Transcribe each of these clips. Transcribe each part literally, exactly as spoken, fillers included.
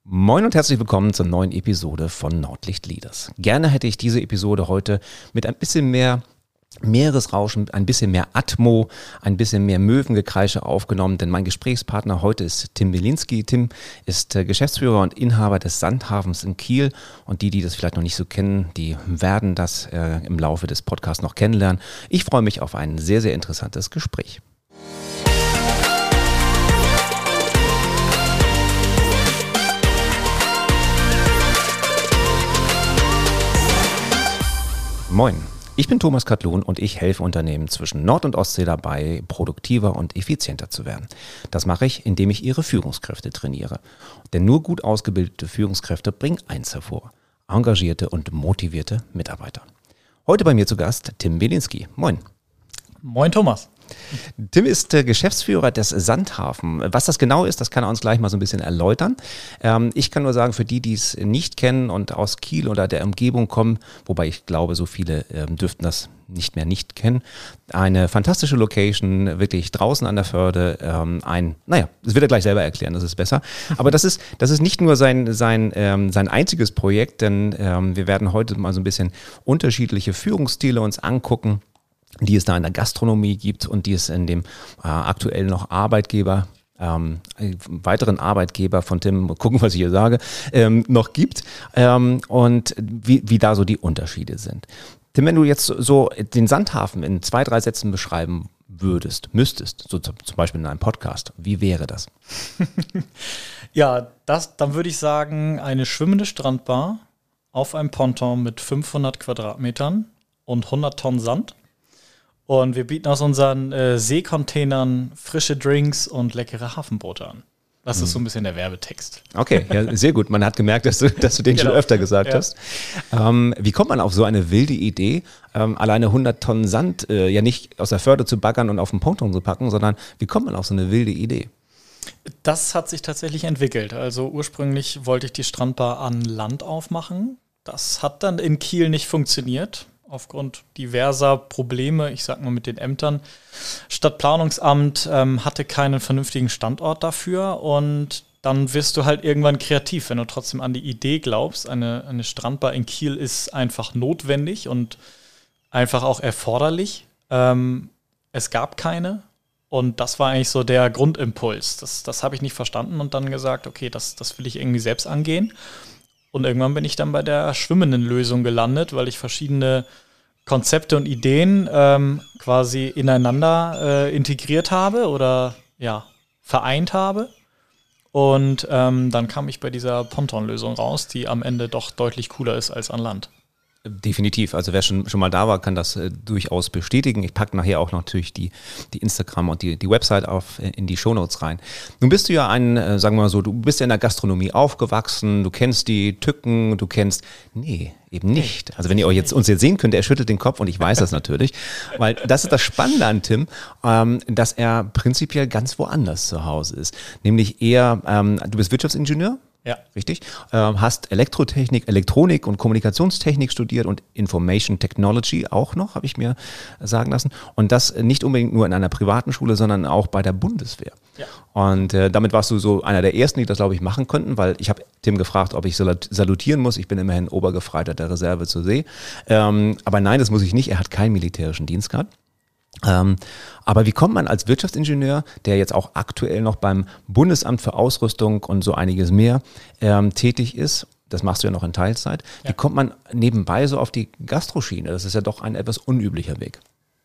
Moin und herzlich willkommen zur neuen Episode von Nordlicht Leaders. Gerne hätte ich diese Episode heute mit ein bisschen mehr Meeresrauschen, ein bisschen mehr Atmo, ein bisschen mehr Möwengekreische aufgenommen, denn mein Gesprächspartner heute ist Tim Bielinski. Tim ist äh, Geschäftsführer und Inhaber des Sandhafens in Kiel und die, die das vielleicht noch nicht so kennen, die werden das äh, im Laufe des Podcasts noch kennenlernen. Ich freue mich auf ein sehr, sehr interessantes Gespräch. Moin, ich bin Thomas Katlun und ich helfe Unternehmen zwischen Nord- und Ostsee dabei, produktiver und effizienter zu werden. Das mache ich, indem ich ihre Führungskräfte trainiere. Denn nur gut ausgebildete Führungskräfte bringen eins hervor: engagierte und motivierte Mitarbeiter. Heute bei mir zu Gast Tim Bielinski. Moin. Moin Thomas. Tim ist äh, Geschäftsführer des Sandhafen. Was das genau ist, das kann er uns gleich mal so ein bisschen erläutern. Ähm, ich kann nur sagen, für die, die es nicht kennen und aus Kiel oder der Umgebung kommen, wobei ich glaube, so viele ähm, dürften das nicht mehr nicht kennen, eine fantastische Location, wirklich draußen an der Förde, ähm, ein, naja, das wird er gleich selber erklären, das ist besser. Aber das ist, das ist nicht nur sein, sein, ähm, sein einziges Projekt, denn ähm, wir werden heute mal so ein bisschen unterschiedliche Führungsstile uns angucken, die es da in der Gastronomie gibt und die es in dem äh, aktuell noch Arbeitgeber, ähm, weiteren Arbeitgeber von Tim, gucken, was ich hier sage, ähm, noch gibt ähm, und wie, wie da so die Unterschiede sind. Tim, wenn du jetzt so den Sandhafen in zwei, drei Sätzen beschreiben würdest, müsstest, so zum Beispiel in einem Podcast, wie wäre das? Ja, das, dann würde ich sagen, eine schwimmende Strandbar auf einem Ponton mit fünfhundert Quadratmetern und hundert Tonnen Sand. Und wir bieten aus unseren äh, Seekontainern frische Drinks und leckere Hafenbrote an. Das mhm. ist so ein bisschen der Werbetext. Okay, ja, sehr gut. Man hat gemerkt, dass du, dass du den genau. schon öfter gesagt ja. hast. Ähm, wie kommt man auf so eine wilde Idee, ähm, alleine hundert Tonnen Sand äh, ja nicht aus der Förde zu baggern und auf den Ponton zu packen, sondern wie kommt man auf so eine wilde Idee? Das hat sich tatsächlich entwickelt. Also ursprünglich wollte ich die Strandbar an Land aufmachen. Das hat dann in Kiel nicht funktioniert. Aufgrund diverser Probleme, ich sag mal mit den Ämtern. Stadtplanungsamt ähm, hatte keinen vernünftigen Standort dafür und dann wirst du halt irgendwann kreativ, wenn du trotzdem an die Idee glaubst. Eine, eine Strandbar in Kiel ist einfach notwendig und einfach auch erforderlich. Ähm, es gab keine und das war eigentlich so der Grundimpuls. Das, das habe ich nicht verstanden und dann gesagt, okay, das, das will ich irgendwie selbst angehen. Und irgendwann bin ich dann bei der schwimmenden Lösung gelandet, weil ich verschiedene Konzepte und Ideen ähm, quasi ineinander äh, integriert habe oder ja, vereint habe. Und ähm, dann kam ich bei dieser Ponton-Lösung raus, die am Ende doch deutlich cooler ist als an Land. Definitiv. Also wer schon, schon mal da war, kann das äh, durchaus bestätigen. Ich packe nachher auch natürlich die, die Instagram und die, die Website auf, äh, in die Shownotes rein. Nun bist du ja ein, äh, sagen wir mal so, du bist ja in der Gastronomie aufgewachsen, du kennst die Tücken, du kennst, nee, eben nicht. Also wenn ihr euch jetzt, uns jetzt sehen könnt, er schüttelt den Kopf und ich weiß das natürlich, weil das ist das Spannende an Tim, ähm, dass er prinzipiell ganz woanders zu Hause ist. Nämlich eher, ähm, du bist Wirtschaftsingenieur? Ja. Richtig. Ähm, hast Elektrotechnik, Elektronik und Kommunikationstechnik studiert und Information Technology auch noch, habe ich mir sagen lassen. Und das nicht unbedingt nur in einer privaten Schule, sondern auch bei der Bundeswehr. Ja. Und äh, damit warst du so einer der Ersten, die das, glaube ich, machen könnten, weil ich habe Tim gefragt, ob ich salutieren muss. Ich bin immerhin Obergefreiter der Reserve zur See. Ähm, aber nein, das muss ich nicht. Er hat keinen militärischen Dienst gehabt. Ähm, aber wie kommt man als Wirtschaftsingenieur, der jetzt auch aktuell noch beim Bundesamt für Ausrüstung und so einiges mehr ähm, tätig ist, das machst du ja noch in Teilzeit, ja. Wie kommt man nebenbei so auf die Gastroschiene? Das ist ja doch ein etwas unüblicher Weg.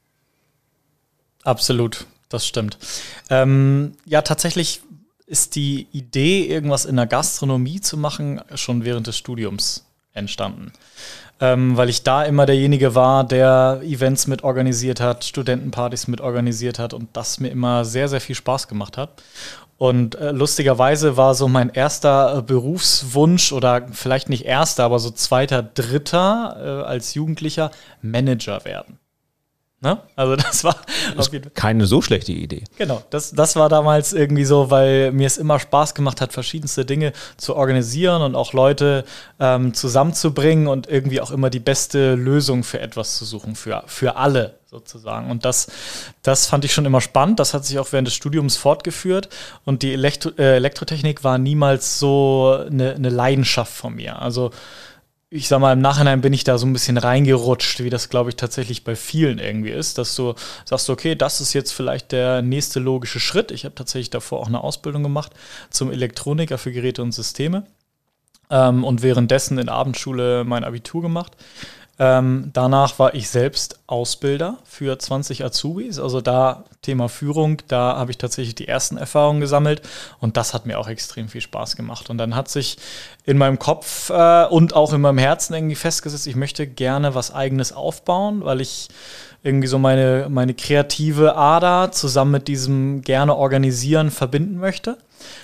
Absolut, das stimmt. Ähm, ja, tatsächlich ist die Idee, irgendwas in der Gastronomie zu machen, schon während des Studiums entstanden. Ähm, weil ich da immer derjenige war, der Events mit organisiert hat, Studentenpartys mit organisiert hat und das mir immer sehr, sehr viel Spaß gemacht hat. Und äh, lustigerweise war so mein erster äh, Berufswunsch oder vielleicht nicht erster, aber so zweiter, dritter äh, als Jugendlicher Manager werden. Ne? Also das war auf jeden Fall keine so schlechte Idee. Genau, das, das war damals irgendwie so, weil mir es immer Spaß gemacht hat, verschiedenste Dinge zu organisieren und auch Leute ähm, zusammenzubringen und irgendwie auch immer die beste Lösung für etwas zu suchen, für, für alle sozusagen. Und das, das fand ich schon immer spannend. Das hat sich auch während des Studiums fortgeführt. Und die Elektro- äh, Elektrotechnik war niemals so eine, eine Leidenschaft von mir. Also ich sag mal, im Nachhinein bin ich da so ein bisschen reingerutscht, wie das, glaube ich, tatsächlich bei vielen irgendwie ist, dass du sagst, okay, das ist jetzt vielleicht der nächste logische Schritt. Ich habe tatsächlich davor auch eine Ausbildung gemacht zum Elektroniker für Geräte und Systeme ähm, und währenddessen in der Abendschule mein Abitur gemacht. Ähm, danach war ich selbst Ausbilder für zwanzig Azubis, also da Thema Führung, da habe ich tatsächlich die ersten Erfahrungen gesammelt und das hat mir auch extrem viel Spaß gemacht. Und dann hat sich in meinem Kopf äh, und auch in meinem Herzen irgendwie festgesetzt, ich möchte gerne was Eigenes aufbauen, weil ich irgendwie so meine, meine kreative Ader zusammen mit diesem gerne organisieren verbinden möchte.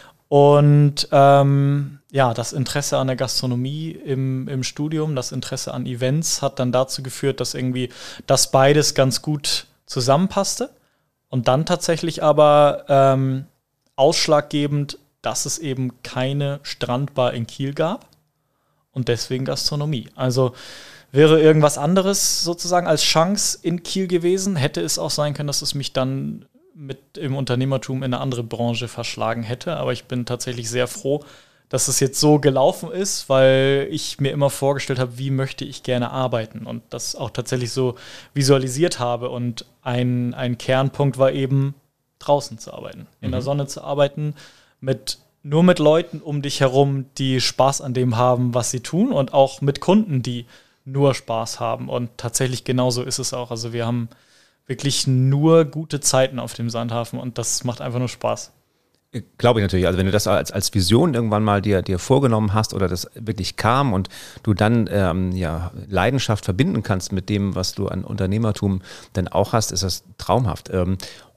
Und ähm, ja, das Interesse an der Gastronomie im, im Studium, das Interesse an Events hat dann dazu geführt, dass irgendwie das beides ganz gut zusammenpasste. Und dann tatsächlich aber ähm, ausschlaggebend, dass es eben keine Strandbar in Kiel gab und deswegen Gastronomie. Also wäre irgendwas anderes sozusagen als Chance in Kiel gewesen, hätte es auch sein können, dass es mich dann mit im Unternehmertum in eine andere Branche verschlagen hätte. Aber ich bin tatsächlich sehr froh, dass es jetzt so gelaufen ist, weil ich mir immer vorgestellt habe, wie möchte ich gerne arbeiten und das auch tatsächlich so visualisiert habe. Und ein, ein Kernpunkt war eben, draußen zu arbeiten, in mhm. der Sonne zu arbeiten, mit nur mit Leuten um dich herum, die Spaß an dem haben, was sie tun und auch mit Kunden, die nur Spaß haben. Und tatsächlich genauso ist es auch. Also wir haben wirklich nur gute Zeiten auf dem Sandhafen und das macht einfach nur Spaß. Glaube ich natürlich. Also wenn du das als, als Vision irgendwann mal dir, dir vorgenommen hast oder das wirklich kam und du dann ähm, ja, Leidenschaft verbinden kannst mit dem, was du an Unternehmertum dann auch hast, ist das traumhaft. Ähm,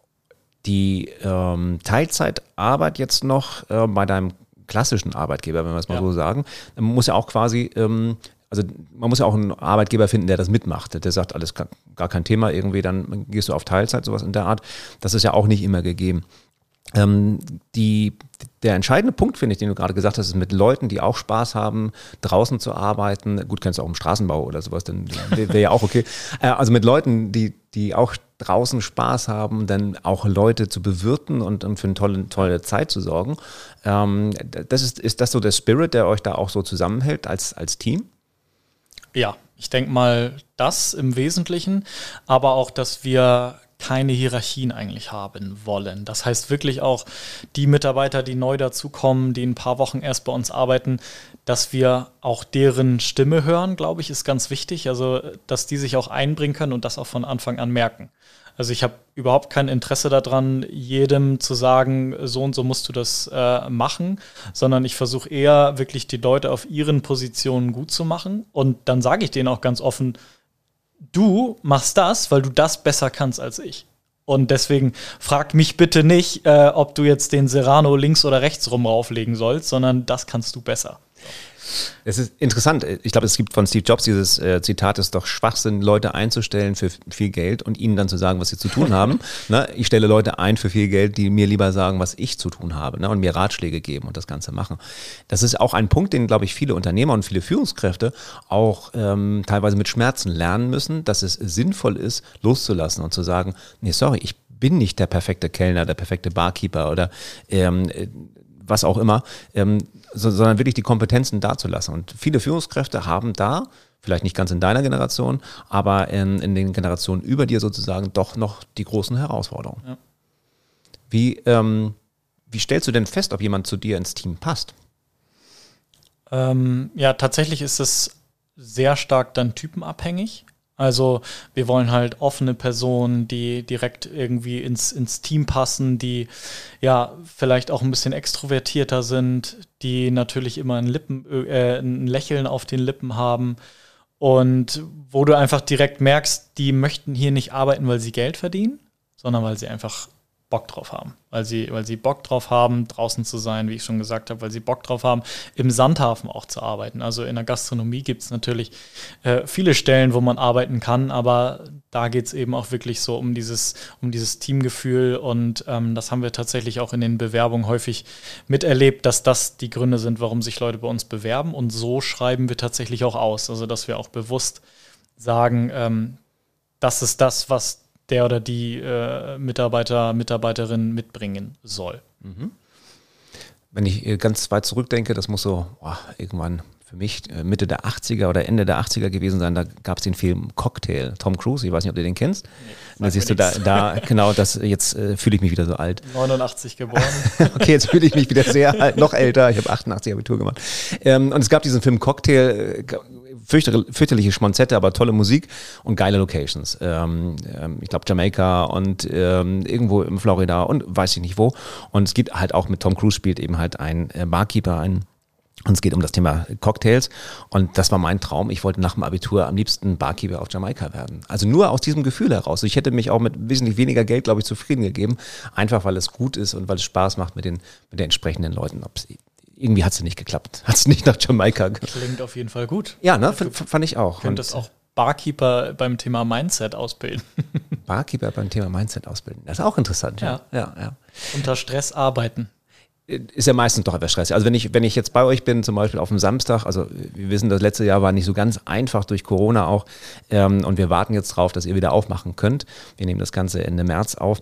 die ähm, Teilzeitarbeit jetzt noch äh, bei deinem klassischen Arbeitgeber, wenn wir es mal ja. so sagen, muss ja auch quasi ähm, also man muss ja auch einen Arbeitgeber finden, der das mitmacht. Der sagt, alles gar kein Thema, irgendwie dann gehst du auf Teilzeit, sowas in der Art. Das ist ja auch nicht immer gegeben. Ähm, die, der entscheidende Punkt, finde ich, den du gerade gesagt hast, ist mit Leuten, die auch Spaß haben, draußen zu arbeiten. Gut, kennst du auch im Straßenbau oder sowas, dann wäre ja auch okay. Äh, also mit Leuten, die, die auch draußen Spaß haben, dann auch Leute zu bewirten und, und für eine tolle, tolle Zeit zu sorgen. Ähm, das ist, ist das so der Spirit, der euch da auch so zusammenhält als, als Team? Ja, ich denke mal das im Wesentlichen, aber auch, dass wir keine Hierarchien eigentlich haben wollen. Das heißt wirklich auch die Mitarbeiter, die neu dazukommen, die ein paar Wochen erst bei uns arbeiten, dass wir auch deren Stimme hören, glaube ich, ist ganz wichtig. Also, dass die sich auch einbringen können und das auch von Anfang an merken. Also ich habe überhaupt kein Interesse daran, jedem zu sagen, so und so musst du das äh, machen, sondern ich versuche eher wirklich die Leute auf ihren Positionen gut zu machen und dann sage ich denen auch ganz offen, du machst das, weil du das besser kannst als ich. Und deswegen frag mich bitte nicht, äh, ob du jetzt den Serrano links oder rechts rum rauflegen sollst, sondern das kannst du besser. Es ist interessant. Ich glaube, es gibt von Steve Jobs dieses äh, Zitat, es ist doch Schwachsinn, Leute einzustellen für viel Geld und ihnen dann zu sagen, was sie zu tun haben. Ne? Ich stelle Leute ein für viel Geld, die mir lieber sagen, was ich zu tun habe, ne? und mir Ratschläge geben und das Ganze machen. Das ist auch ein Punkt, den, glaube ich, viele Unternehmer und viele Führungskräfte auch ähm, teilweise mit Schmerzen lernen müssen, dass es sinnvoll ist, loszulassen und zu sagen, nee, sorry, ich bin nicht der perfekte Kellner, der perfekte Barkeeper oder ähm, was auch immer, ähm, so, sondern wirklich die Kompetenzen dazulassen. Und viele Führungskräfte haben da, vielleicht nicht ganz in deiner Generation, aber in, in den Generationen über dir sozusagen doch noch die großen Herausforderungen. Ja. Wie, ähm, wie stellst du denn fest, ob jemand zu dir ins Team passt? Ähm, ja, tatsächlich ist es sehr stark dann typenabhängig. Also wir wollen halt offene Personen, die direkt irgendwie ins, ins Team passen, die ja vielleicht auch ein bisschen extrovertierter sind, die natürlich immer ein, Lippen, äh, ein Lächeln auf den Lippen haben und wo du einfach direkt merkst, die möchten hier nicht arbeiten, weil sie Geld verdienen, sondern weil sie einfach Bock drauf haben. Weil sie, weil sie Bock drauf haben, draußen zu sein, wie ich schon gesagt habe, weil sie Bock drauf haben, im Sandhafen auch zu arbeiten. Also in der Gastronomie gibt es natürlich äh, viele Stellen, wo man arbeiten kann, aber da geht es eben auch wirklich so um dieses, um dieses Teamgefühl und ähm, das haben wir tatsächlich auch in den Bewerbungen häufig miterlebt, dass das die Gründe sind, warum sich Leute bei uns bewerben und so schreiben wir tatsächlich auch aus. Also dass wir auch bewusst sagen, ähm, das ist das, was der oder die äh, Mitarbeiter, Mitarbeiterin mitbringen soll. Mhm. Wenn ich äh, ganz weit zurückdenke, das muss so boah, irgendwann für mich äh, Mitte der achtziger oder Ende der achtziger gewesen sein, da gab es den Film Cocktail, Tom Cruise, ich weiß nicht, ob du den kennst. Nee, da siehst du da, da, genau, das, jetzt äh, fühle ich mich wieder so alt. neunundachtzig geboren. Okay, jetzt fühle ich mich wieder sehr alt, noch älter, ich habe achtundachtzig Abitur gemacht. Ähm, und es gab diesen Film Cocktail, äh, Fürchter, fürchterliche Schmonzette, aber tolle Musik und geile Locations. Ähm, ähm, ich glaube Jamaika und ähm, irgendwo in Florida und weiß ich nicht wo. Und es gibt halt auch mit Tom Cruise spielt eben halt ein äh, Barkeeper, ein und es geht um das Thema Cocktails und das war mein Traum. Ich wollte nach dem Abitur am liebsten Barkeeper auf Jamaika werden. Also nur aus diesem Gefühl heraus. Ich hätte mich auch mit wesentlich weniger Geld, glaube ich, zufrieden gegeben. Einfach weil es gut ist und weil es Spaß macht mit den, mit den entsprechenden Leuten. Ob's, irgendwie hat es nicht geklappt. Hat es nicht nach Jamaika geklappt. Klingt auf jeden Fall gut. Ja, ne? F- fand ich auch. Du könntest auch Barkeeper beim Thema Mindset ausbilden. Barkeeper beim Thema Mindset ausbilden. Das ist auch interessant. Ja, ja, ja. ja. Unter Stress arbeiten. Ist ja meistens doch etwas stressig. Also wenn ich, wenn ich jetzt bei euch bin, zum Beispiel auf dem Samstag, also wir wissen, das letzte Jahr war nicht so ganz einfach durch Corona auch ähm, und wir warten jetzt drauf, dass ihr wieder aufmachen könnt. Wir nehmen das Ganze Ende März auf.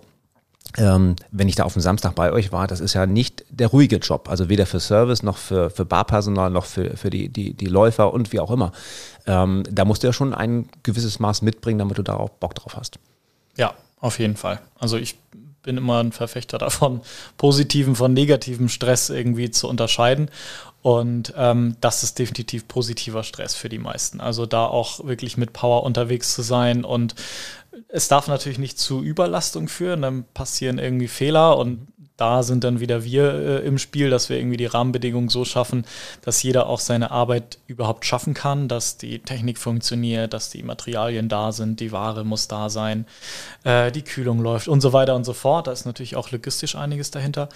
Ähm, wenn ich da auf dem Samstag bei euch war, das ist ja nicht der ruhige Job, also weder für Service noch für, für Barpersonal noch für, für die, die, die Läufer und wie auch immer. Ähm, da musst du ja schon ein gewisses Maß mitbringen, damit du da auch Bock drauf hast. Ja, auf jeden Fall. Also ich bin immer ein Verfechter davon, positiven von negativem Stress irgendwie zu unterscheiden. Und ähm, das ist definitiv positiver Stress für die meisten. Also da auch wirklich mit Power unterwegs zu sein. Und es darf natürlich nicht zu Überlastung führen, dann passieren irgendwie Fehler und da sind dann wieder wir äh, im Spiel, dass wir irgendwie die Rahmenbedingungen so schaffen, dass jeder auch seine Arbeit überhaupt schaffen kann, dass die Technik funktioniert, dass die Materialien da sind, die Ware muss da sein, äh, die Kühlung läuft und so weiter und so fort. Da ist natürlich auch logistisch einiges dahinter.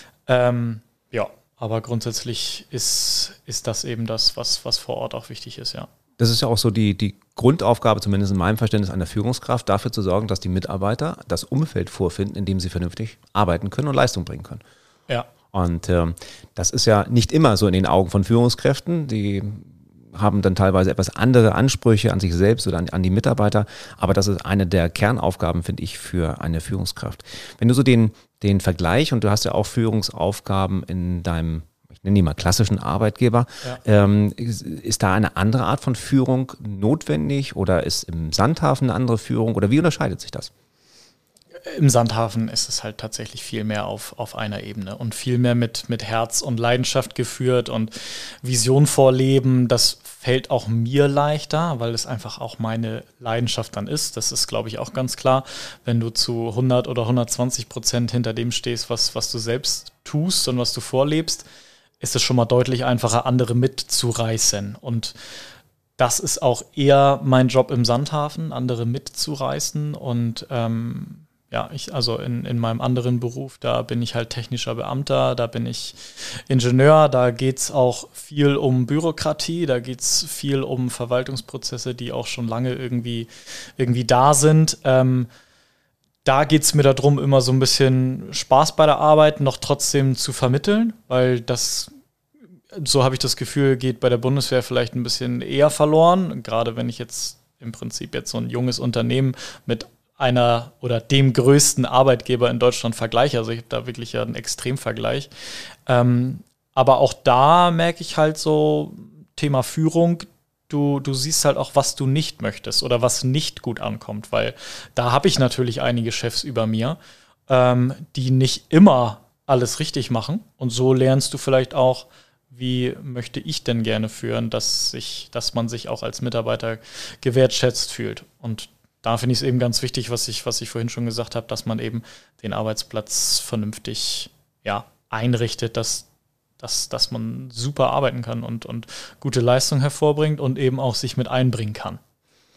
Ähm, ja, aber grundsätzlich ist, ist das eben das, was, was vor Ort auch wichtig ist, ja. Das ist ja auch so die, die Grundaufgabe, zumindest in meinem Verständnis einer Führungskraft, dafür zu sorgen, dass die Mitarbeiter das Umfeld vorfinden, in dem sie vernünftig arbeiten können und Leistung bringen können. Ja. Und ähm, das ist ja nicht immer so in den Augen von Führungskräften. Die haben dann teilweise etwas andere Ansprüche an sich selbst oder an, an die Mitarbeiter. Aber das ist eine der Kernaufgaben, finde ich, für eine Führungskraft. Wenn du so den, den Vergleich, und du hast ja auch Führungsaufgaben in deinem, ich nenne die mal klassischen Arbeitgeber, ja. ähm, ist, ist da eine andere Art von Führung notwendig oder ist im Sandhafen eine andere Führung oder wie unterscheidet sich das? Im Sandhafen ist es halt tatsächlich viel mehr auf, auf einer Ebene und viel mehr mit, mit Herz und Leidenschaft geführt und Vision vorleben. Das fällt auch mir leichter, weil es einfach auch meine Leidenschaft dann ist. Das ist, glaube ich, auch ganz klar. Wenn du zu hundert oder hundertzwanzig Prozent hinter dem stehst, was, was du selbst tust und was du vorlebst, ist es schon mal deutlich einfacher, andere mitzureißen. Und das ist auch eher mein Job im Sandhafen, andere mitzureißen. Und ähm, ja, ich, also in, in meinem anderen Beruf, da bin ich halt technischer Beamter, da bin ich Ingenieur, da geht es auch viel um Bürokratie, da geht es viel um Verwaltungsprozesse, die auch schon lange irgendwie, irgendwie da sind. Ähm, Da geht es mir darum, immer so ein bisschen Spaß bei der Arbeit noch trotzdem zu vermitteln, weil das, so habe ich das Gefühl, geht bei der Bundeswehr vielleicht ein bisschen eher verloren. Gerade wenn ich jetzt im Prinzip jetzt so ein junges Unternehmen mit einer oder dem größten Arbeitgeber in Deutschland vergleiche. Also ich habe da wirklich ja einen Extremvergleich. Ähm, aber auch da merke ich halt so, Thema Führung, Du, du siehst halt auch, was du nicht möchtest oder was nicht gut ankommt, weil da habe ich natürlich einige Chefs über mir, ähm, die nicht immer alles richtig machen. Und so lernst du vielleicht auch, wie möchte ich denn gerne führen, dass, sich, dass man sich auch als Mitarbeiter gewertschätzt fühlt. Und da finde ich es eben ganz wichtig, was ich, was ich vorhin schon gesagt habe, dass man eben den Arbeitsplatz vernünftig ja, einrichtet, dass Dass, dass man super arbeiten kann und, und gute Leistung hervorbringt und eben auch sich mit einbringen kann.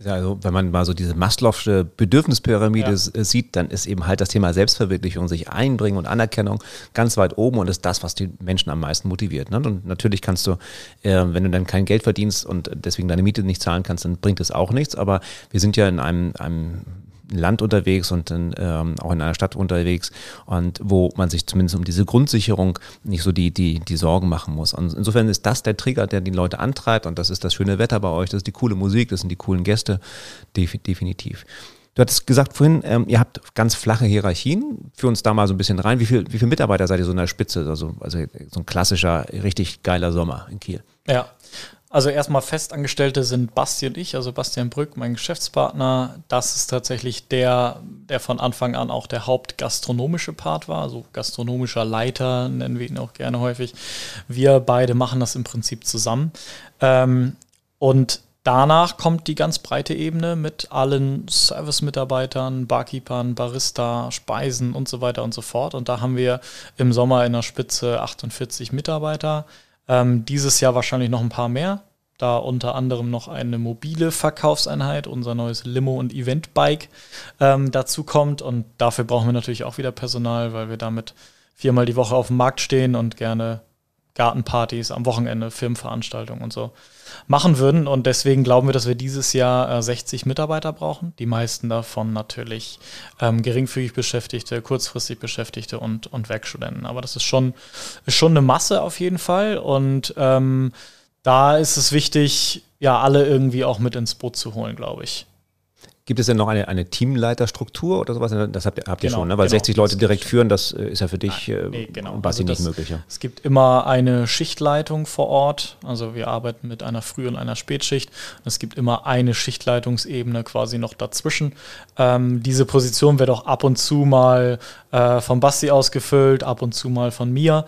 Also, wenn man mal so diese Maslow'sche Bedürfnispyramide Ja. sieht, dann ist eben halt das Thema Selbstverwirklichung, sich einbringen und Anerkennung ganz weit oben und ist das, was die Menschen am meisten motiviert. Ne? Und natürlich kannst du, äh, wenn du dann kein Geld verdienst und deswegen deine Miete nicht zahlen kannst, dann bringt es auch nichts. Aber wir sind ja in einem, einem Land unterwegs und dann, ähm, auch in einer Stadt unterwegs und wo man sich zumindest um diese Grundsicherung nicht so die, die, die Sorgen machen muss. Und insofern ist das der Trigger, der die Leute antreibt und das ist das schöne Wetter bei euch, das ist die coole Musik, das sind die coolen Gäste, Def- definitiv. Du hattest gesagt vorhin, ähm, ihr habt ganz flache Hierarchien. Führ uns da mal so ein bisschen rein. Wie viel, wie viele Mitarbeiter seid ihr so in der Spitze? Also, also so ein klassischer, richtig geiler Sommer in Kiel. Ja, also erstmal Festangestellte sind Basti und ich, also Bastian Brück, mein Geschäftspartner. Das ist tatsächlich der, der von Anfang an auch der hauptgastronomische Part war, also gastronomischer Leiter nennen wir ihn auch gerne häufig. Wir beide machen das im Prinzip zusammen. Ähm, und danach kommt die ganz breite Ebene mit allen Service-Mitarbeitern, Barkeepern, Barista, Speisen und so weiter und so fort. Und da haben wir im Sommer in der Spitze achtundvierzig Mitarbeiter. Ähm, dieses Jahr wahrscheinlich noch ein paar mehr, da unter anderem noch eine mobile Verkaufseinheit, unser neues Limo- und Eventbike ähm, dazu kommt. Und dafür brauchen wir natürlich auch wieder Personal, weil wir damit viermal die Woche auf dem Markt stehen und gerne Gartenpartys am Wochenende, Firmenveranstaltungen und so machen würden. Und deswegen glauben wir, dass wir dieses Jahr äh, sechzig Mitarbeiter brauchen. Die meisten davon natürlich ähm, geringfügig Beschäftigte, kurzfristig Beschäftigte und, und Werkstudenten. Aber das ist schon, ist schon eine Masse auf jeden Fall. Und ähm, da ist es wichtig, ja, alle irgendwie auch mit ins Boot zu holen, glaube ich. Gibt es denn noch eine, eine Teamleiterstruktur oder sowas? Das habt ihr, habt ihr Genau, schon, ne? Weil genau. sechzig Leute Das direkt gibt- führen, das äh, ist ja für dich, Nein, äh, nee, genau. Basti, Also nicht das- möglich. Ja. Es gibt immer eine Schichtleitung vor Ort. Also wir arbeiten mit einer Früh- und einer Spätschicht. Es gibt immer eine Schichtleitungsebene quasi noch dazwischen. Ähm, diese Position wird auch ab und zu mal äh, von Basti ausgefüllt, ab und zu mal von mir.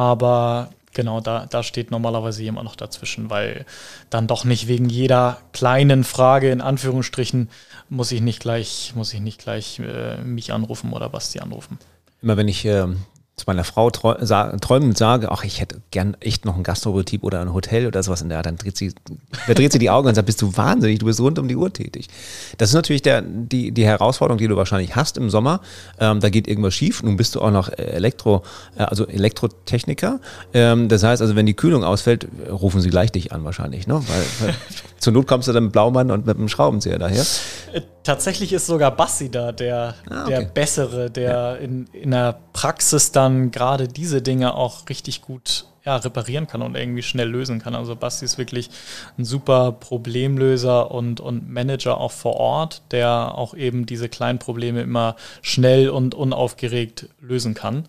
Aber genau, da, da steht normalerweise jemand noch dazwischen, weil dann doch nicht wegen jeder kleinen Frage in Anführungsstrichen muss ich nicht gleich, muss ich nicht gleich äh, mich anrufen oder Basti anrufen. Immer wenn ich äh, zu meiner Frau träu sa träumend sage, ach, ich hätte gern echt noch einen Gastrobetrieb oder ein Hotel oder sowas in der Art, dann dreht sie, da dreht sie die Augen und sagt, bist du wahnsinnig, du bist rund um die Uhr tätig. Das ist natürlich der, die, die Herausforderung, die du wahrscheinlich hast im Sommer. Ähm, da geht irgendwas schief. Nun bist du auch noch Elektro, äh, also Elektrotechniker. Ähm, das heißt also, wenn die Kühlung ausfällt, rufen sie gleich dich an wahrscheinlich, ne? Weil, weil zur Not kommst du dann mit dem Blaumann und mit dem Schraubenzieher daher. Äh, Tatsächlich ist sogar Basti da der, Ah, okay. der Bessere, der ja. in, in der Praxis dann gerade diese Dinge auch richtig gut ja, reparieren kann und irgendwie schnell lösen kann. Also Basti ist wirklich ein super Problemlöser und, und Manager auch vor Ort, der auch eben diese kleinen Probleme immer schnell und unaufgeregt lösen kann.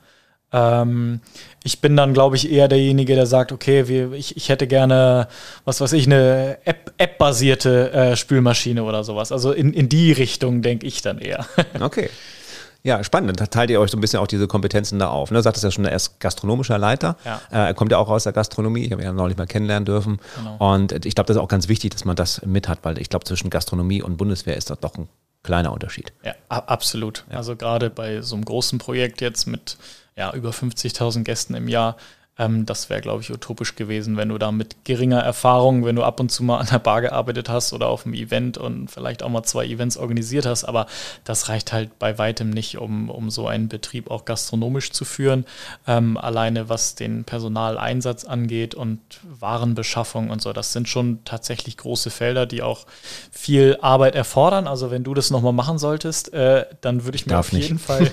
Ähm, ich bin dann, glaube ich, eher derjenige, der sagt, okay, wir, ich, ich hätte gerne, was weiß ich, eine App, App-basierte äh, Spülmaschine oder sowas. Also in, in die Richtung denke ich dann eher. Okay. Ja, spannend. Da teilt ihr euch so ein bisschen auch diese Kompetenzen da auf. Ne? Du sagtest ja schon, er ist gastronomischer Leiter. Ja. Äh, er kommt ja auch aus der Gastronomie. Ich habe ihn ja neulich mal kennenlernen dürfen. Genau. Und ich glaube, das ist auch ganz wichtig, dass man das mit hat, weil ich glaube, zwischen Gastronomie und Bundeswehr ist das doch ein kleiner Unterschied. Ja, a- absolut. Ja. Also gerade bei so einem großen Projekt jetzt mit ja, über fünfzigtausend Gästen im Jahr, ähm, das wäre, glaube ich, utopisch gewesen, wenn du da mit geringer Erfahrung, wenn du ab und zu mal an der Bar gearbeitet hast oder auf einem Event und vielleicht auch mal zwei Events organisiert hast, aber das reicht halt bei weitem nicht, um, um so einen Betrieb auch gastronomisch zu führen. Ähm, alleine was den Personaleinsatz angeht und Warenbeschaffung und so, das sind schon tatsächlich große Felder, die auch viel Arbeit erfordern. Also wenn du das nochmal machen solltest, äh, dann würde ich mir Darf auf nicht. jeden Fall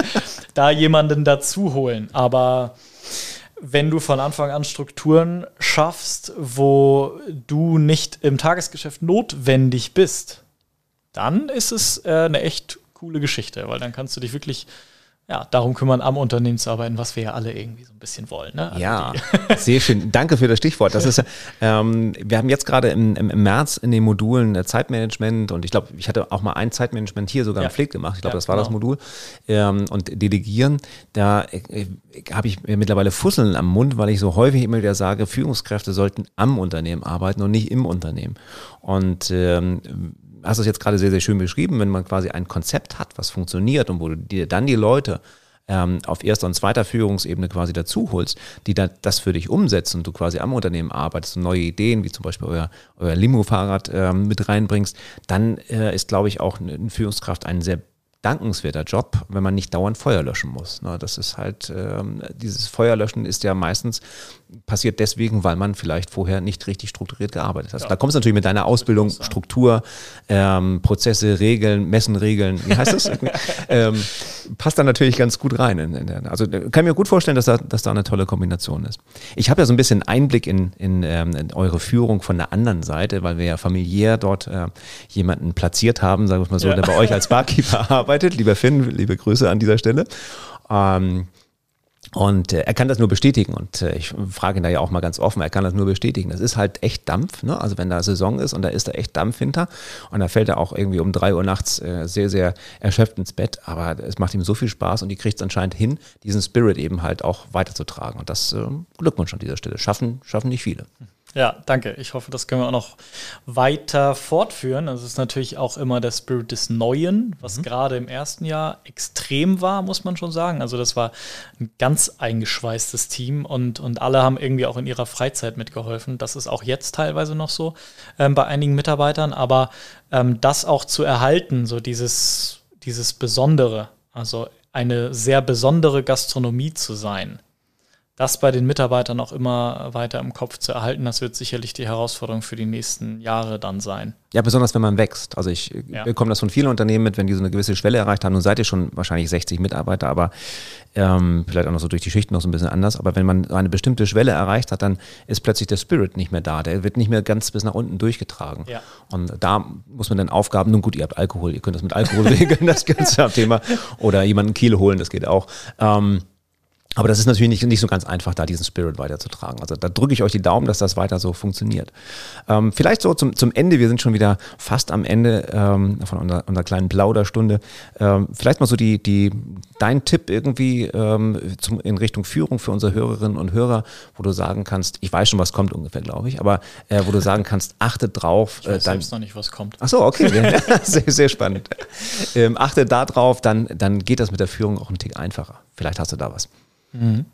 da jemanden dazu holen. Aber wenn du von Anfang an Strukturen schaffst, wo du nicht im Tagesgeschäft notwendig bist, dann ist es äh, eine echt coole Geschichte, weil dann kannst du dich wirklich ja, darum kümmern, am Unternehmen zu arbeiten, was wir ja alle irgendwie so ein bisschen wollen. Ne? Also Ja, sehr schön. Danke für das Stichwort. Das ist, ähm, wir haben jetzt gerade im, im, im März in den Modulen äh, Zeitmanagement und ich glaube, ich hatte auch mal ein Zeitmanagement hier sogar Ja. im Pfleg gemacht. Ich glaube, Ja, das war genau. das Modul. Ähm, und Delegieren, da äh, habe ich mittlerweile Fusseln am Mund, weil ich so häufig immer wieder sage, Führungskräfte sollten am Unternehmen arbeiten und nicht im Unternehmen. Und ähm, hast du es jetzt gerade sehr, sehr schön beschrieben, wenn man quasi ein Konzept hat, was funktioniert und wo du dir dann die Leute ähm, auf erster und zweiter Führungsebene quasi dazu holst, die da, das für dich umsetzen und du quasi am Unternehmen arbeitest und neue Ideen, wie zum Beispiel euer, euer Limo-Fahrrad ähm, mit reinbringst, dann äh, ist, glaube ich, auch eine Führungskraft ein sehr dankenswerter Job, wenn man nicht dauernd Feuer löschen muss. Ne, das ist halt, ähm, dieses Feuerlöschen ist ja meistens passiert deswegen, weil man vielleicht vorher nicht richtig strukturiert gearbeitet hat. Ja. Da kommst du natürlich mit deiner Ausbildung, Struktur, ähm, Prozesse, Regeln, Messen, Regeln, wie heißt das? ähm, passt da natürlich ganz gut rein. In, in der, also kann ich mir gut vorstellen, dass da, dass da eine tolle Kombination ist. Ich habe ja so ein bisschen Einblick in, in, ähm, in eure Führung von der anderen Seite, weil wir ja familiär dort äh, jemanden platziert haben, sagen wir mal so, ja. der bei euch als Barkeeper arbeitet. Lieber Finn, liebe Grüße an dieser Stelle. Ähm, Und äh, er kann das nur bestätigen und äh, ich frage ihn da ja auch mal ganz offen, er kann das nur bestätigen. Das ist halt echt Dampf, ne? Also wenn da Saison ist und da ist da echt Dampf hinter und da fällt er auch irgendwie um drei Uhr nachts äh, sehr, sehr erschöpft ins Bett, aber es macht ihm so viel Spaß und die kriegt es anscheinend hin, diesen Spirit eben halt auch weiterzutragen und das äh, Glückwunsch an dieser Stelle. Schaffen, schaffen nicht viele. Ja, danke. Ich hoffe, das können wir auch noch weiter fortführen. Also es ist natürlich auch immer der Spirit des Neuen, was mhm. gerade im ersten Jahr extrem war, muss man schon sagen. Also das war ein ganz eingeschweißtes Team und, und alle haben irgendwie auch in ihrer Freizeit mitgeholfen. Das ist auch jetzt teilweise noch so ähm, bei einigen Mitarbeitern. Aber ähm, das auch zu erhalten, so dieses, dieses Besondere, also eine sehr besondere Gastronomie zu sein, das bei den Mitarbeitern auch immer weiter im Kopf zu erhalten, das wird sicherlich die Herausforderung für die nächsten Jahre dann sein. Ja, besonders wenn man wächst. Also ich ja. bekomme das von vielen Unternehmen mit, wenn die so eine gewisse Schwelle erreicht haben. Nun seid ihr schon wahrscheinlich sechzig Mitarbeiter, aber ähm, vielleicht auch noch so durch die Schichten noch so ein bisschen anders. Aber wenn man eine bestimmte Schwelle erreicht hat, dann ist plötzlich der Spirit nicht mehr da. Der wird nicht mehr ganz bis nach unten durchgetragen. Ja. Und da muss man dann Aufgaben, nun gut, ihr habt Alkohol, ihr könnt das mit Alkohol regeln, das ganze Thema. Oder jemanden Kiel holen, das geht auch. Ähm, Aber das ist natürlich nicht, nicht so ganz einfach, da diesen Spirit weiterzutragen. Also da drücke ich euch die Daumen, dass das weiter so funktioniert. Ähm, vielleicht so zum, zum Ende, wir sind schon wieder fast am Ende ähm, von unserer, unserer kleinen Plauderstunde. Ähm, vielleicht mal so die, die, dein Tipp irgendwie ähm, zum, in Richtung Führung für unsere Hörerinnen und Hörer, wo du sagen kannst, ich weiß schon, was kommt ungefähr, glaube ich, aber äh, wo du sagen kannst, achtet drauf. Ich weiß äh, dann, selbst noch nicht, was kommt. Ach so, okay, sehr, sehr spannend. Ähm, achtet da drauf, dann, dann geht das mit der Führung auch ein Tick einfacher. Vielleicht hast du da was. Mhm.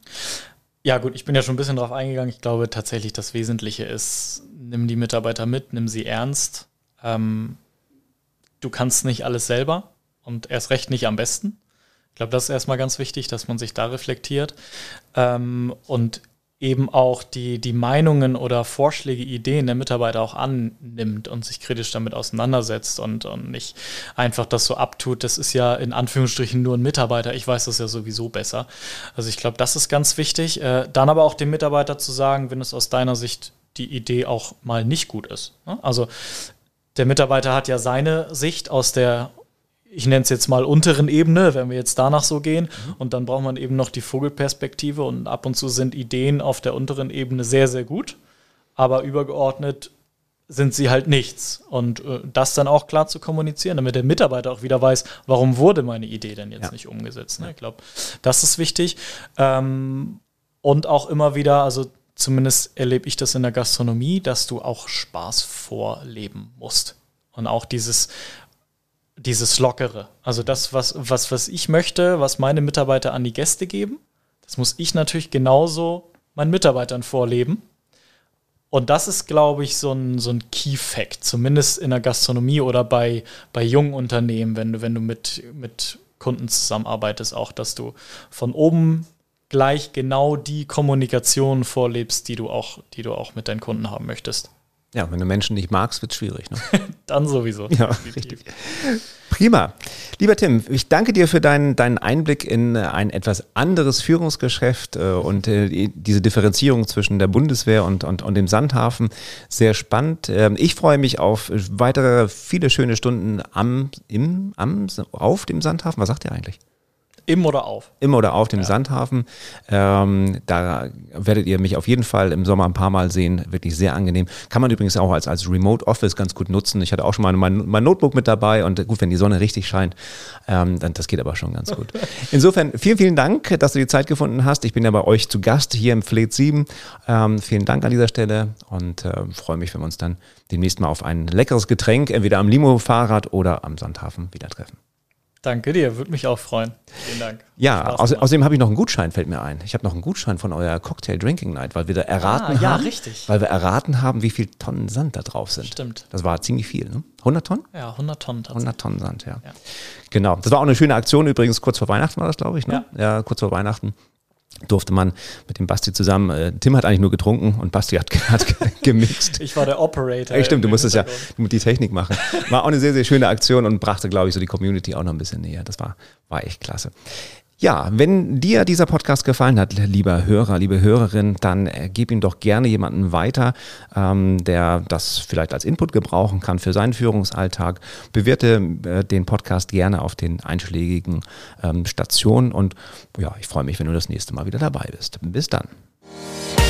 Ja gut, ich bin ja schon ein bisschen drauf eingegangen. Ich glaube tatsächlich, das Wesentliche ist, nimm die Mitarbeiter mit, nimm sie ernst. Ähm, du kannst nicht alles selber und erst recht nicht am besten. Ich glaube, das ist erstmal ganz wichtig, dass man sich da reflektiert ähm, und eben auch die, die Meinungen oder Vorschläge, Ideen der Mitarbeiter auch annimmt und sich kritisch damit auseinandersetzt und, und nicht einfach das so abtut, das ist ja in Anführungsstrichen nur ein Mitarbeiter, ich weiß das ja sowieso besser. Also ich glaube, das ist ganz wichtig. Äh, dann aber auch dem Mitarbeiter zu sagen, wenn es aus deiner Sicht die Idee auch mal nicht gut ist. Ne? Also der Mitarbeiter hat ja seine Sicht aus der, ich nenne es jetzt mal unteren Ebene, wenn wir jetzt danach so gehen. Mhm. Und dann braucht man eben noch die Vogelperspektive und ab und zu sind Ideen auf der unteren Ebene sehr, sehr gut, aber übergeordnet sind sie halt nichts. Und äh, das dann auch klar zu kommunizieren, damit der Mitarbeiter auch wieder weiß, warum wurde meine Idee denn jetzt ja. nicht umgesetzt. Ne? Ich glaube, das ist wichtig. Ähm, und auch immer wieder, also zumindest erlebe ich das in der Gastronomie, dass du auch Spaß vorleben musst. Und auch dieses Dieses Lockere, also das, was, was, was ich möchte, was meine Mitarbeiter an die Gäste geben, das muss ich natürlich genauso meinen Mitarbeitern vorleben. Und das ist, glaube ich, so ein, so ein Key-Fact, zumindest in der Gastronomie oder bei, bei jungen Unternehmen, wenn du, wenn du mit, mit Kunden zusammenarbeitest, auch, dass du von oben gleich genau die Kommunikation vorlebst, die du auch, die du auch mit deinen Kunden haben möchtest. Ja, wenn du Menschen nicht magst, wird es schwierig. Ne? Dann sowieso. Ja, richtig. Prima. Lieber Tim, ich danke dir für deinen, deinen Einblick in ein etwas anderes Führungsgeschäft äh, und äh, diese Differenzierung zwischen der Bundeswehr und, und, und dem Sandhafen. Sehr spannend. Ähm, ich freue mich auf weitere viele schöne Stunden am, im, am, auf dem Sandhafen. Was sagt ihr eigentlich? Im oder auf? Im oder auf dem ja. Sandhafen. Ähm, da werdet ihr mich auf jeden Fall im Sommer ein paar Mal sehen. Wirklich sehr angenehm. Kann man übrigens auch als, als Remote Office ganz gut nutzen. Ich hatte auch schon mal mein, mein Notebook mit dabei und gut, wenn die Sonne richtig scheint, ähm, dann das geht aber schon ganz gut. Insofern vielen, vielen Dank, dass du die Zeit gefunden hast. Ich bin ja bei euch zu Gast hier im Fleet sieben. Ähm, vielen Dank an dieser Stelle und äh, freue mich, wenn wir uns dann demnächst mal auf ein leckeres Getränk, entweder am Limo-Fahrrad oder am Sandhafen wieder treffen. Danke dir, würde mich auch freuen. Vielen Dank. Ja, außer, außerdem habe ich noch einen Gutschein, fällt mir ein. Ich habe noch einen Gutschein von eurer Cocktail Drinking Night, weil wir da erraten ah, ja, haben, richtig. weil wir erraten haben, wie viel Tonnen Sand da drauf sind. Stimmt. Das war ziemlich viel, ne? hundert Tonnen? Ja, hundert Tonnen tatsächlich. hundert Tonnen Sand, ja. ja. Genau. Das war auch eine schöne Aktion übrigens, kurz vor Weihnachten war das, glaube ich, ne? Ja. ja, kurz vor Weihnachten. Durfte man mit dem Basti zusammen, äh, Tim hat eigentlich nur getrunken und Basti hat, hat gemixt. Ich war der Operator. Ja, stimmt, du musstest ja die Technik machen. War auch eine sehr, sehr schöne Aktion und brachte, glaube ich, so die Community auch noch ein bisschen näher. Das war, war echt klasse. Ja, wenn dir dieser Podcast gefallen hat, lieber Hörer, liebe Hörerin, dann äh, gib ihm doch gerne jemanden weiter, ähm, der das vielleicht als Input gebrauchen kann für seinen Führungsalltag. Bewerte äh, den Podcast gerne auf den einschlägigen ähm, Stationen und ja, ich freue mich, wenn du das nächste Mal wieder dabei bist. Bis dann.